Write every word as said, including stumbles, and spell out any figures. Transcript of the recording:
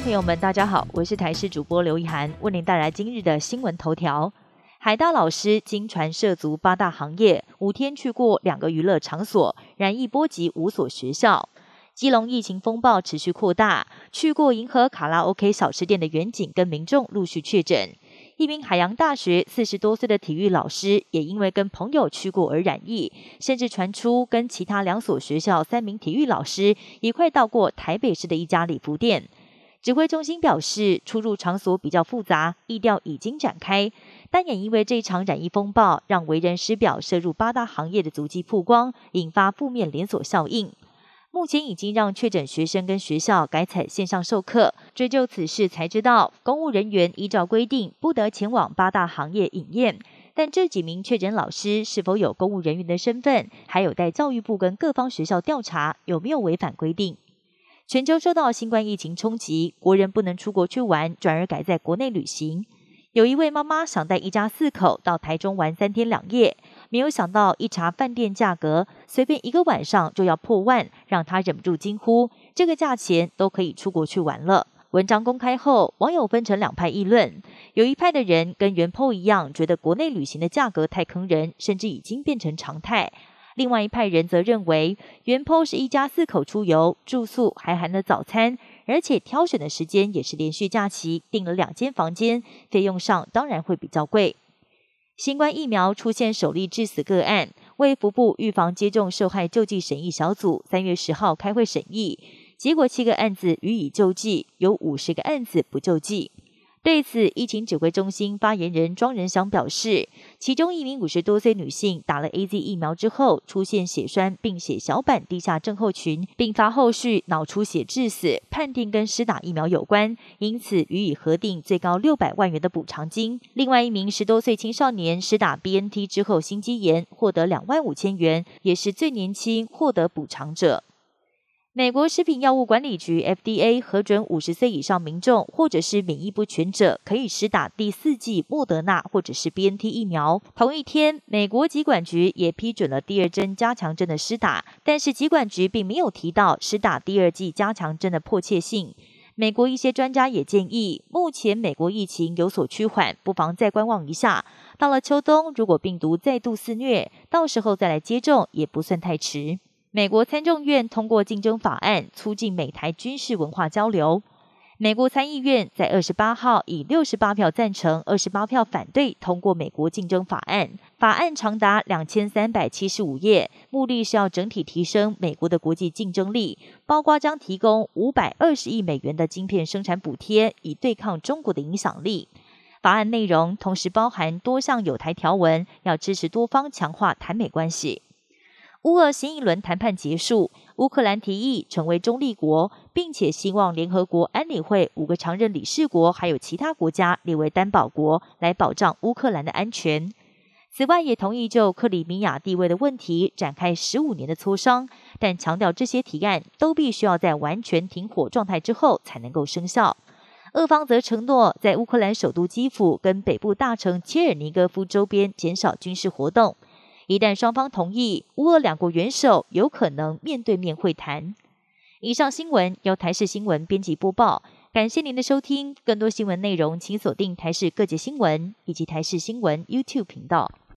朋友们，大家好，我是台视主播刘一涵，为您带来今日的新闻头条。海大老师经传涉足八大行业，五天去过两个娱乐场所，染疫波及五所学校。基隆疫情风暴持续扩大，去过银河卡拉 OK 小吃店的远景跟民众陆续确诊。一名海洋大学四十多岁的体育老师也因为跟朋友去过而染疫，甚至传出跟其他两所学校三名体育老师也快到过台北市的一家礼服店。指挥中心表示，出入场所比较复杂，疫调已经展开，但也因为这场染疫风暴，让为人师表涉入八大行业的足迹曝光，引发负面连锁效应。目前已经让确诊学生跟学校改采线上授课。追究此事才知道，公务人员依照规定不得前往八大行业饮宴，但这几名确诊老师是否有公务人员的身份，还有待教育部跟各方学校调查有没有违反规定。全球受到新冠疫情冲击，国人不能出国去玩，转而改在国内旅行。有一位妈妈想带一家四口到台中玩三天两夜，没有想到一查饭店价格，随便一个晚上就要破万，让她忍不住惊呼：这个价钱都可以出国去玩了。文章公开后，网友分成两派议论，有一派的人跟原 po 一样，觉得国内旅行的价格太坑人，甚至已经变成常态。另外一派人则认为，原 po 是一家四口出游，住宿还含了早餐，而且挑选的时间也是连续假期，订了两间房间，费用上当然会比较贵。新冠疫苗出现首例致死个案，卫福部预防接种受害救济审议小组三月十号开会审议，结果七个案子予以救济，有五十个案子不救济。对此，疫情指挥中心发言人庄仁祥表示，其中一名五十多岁女性打了 A Z 疫苗之后出现血栓并血小板低下症候群，并发后续脑出血致死，判定跟施打疫苗有关，因此予以核定最高六百万元的补偿金。另外一名十多岁青少年施打 B N T 之后心肌炎，获得两万五千元，也是最年轻获得补偿者。美国食品药物管理局 F D A 核准五十岁以上民众或者是免疫不全者可以施打第四剂莫德纳或者是 B N T 疫苗。同一天，美国疾管局也批准了第二针加强针的施打，但是疾管局并没有提到施打第二剂加强针的迫切性。美国一些专家也建议，目前美国疫情有所趋缓，不妨再观望一下。到了秋冬，如果病毒再度肆虐，到时候再来接种也不算太迟。美国参众院通过竞争法案，促进美台军事文化交流。美国参议院在二十八号以六十八票赞成、二十八票反对通过美国竞争法案。法案长达两千三百七十五页，目的是要整体提升美国的国际竞争力，包括将提供五百二十亿美元的晶片生产补贴，以对抗中国的影响力。法案内容同时包含多项友台条文，要支持多方强化台美关系。乌俄新一轮谈判结束，乌克兰提议成为中立国，并且希望联合国安理会五个常任理事国还有其他国家列为担保国，来保障乌克兰的安全。此外，也同意就克里米亚地位的问题展开十五年的磋商，但强调这些提案都必须要在完全停火状态之后才能够生效。俄方则承诺在乌克兰首都基辅跟北部大城切尔尼戈夫周边减少军事活动。一旦双方同意，乌俄两国元首有可能面对面会谈。以上新闻由台视新闻编辑播报，感谢您的收听。更多新闻内容请锁定台视各界新闻以及台视新闻 YouTube 频道。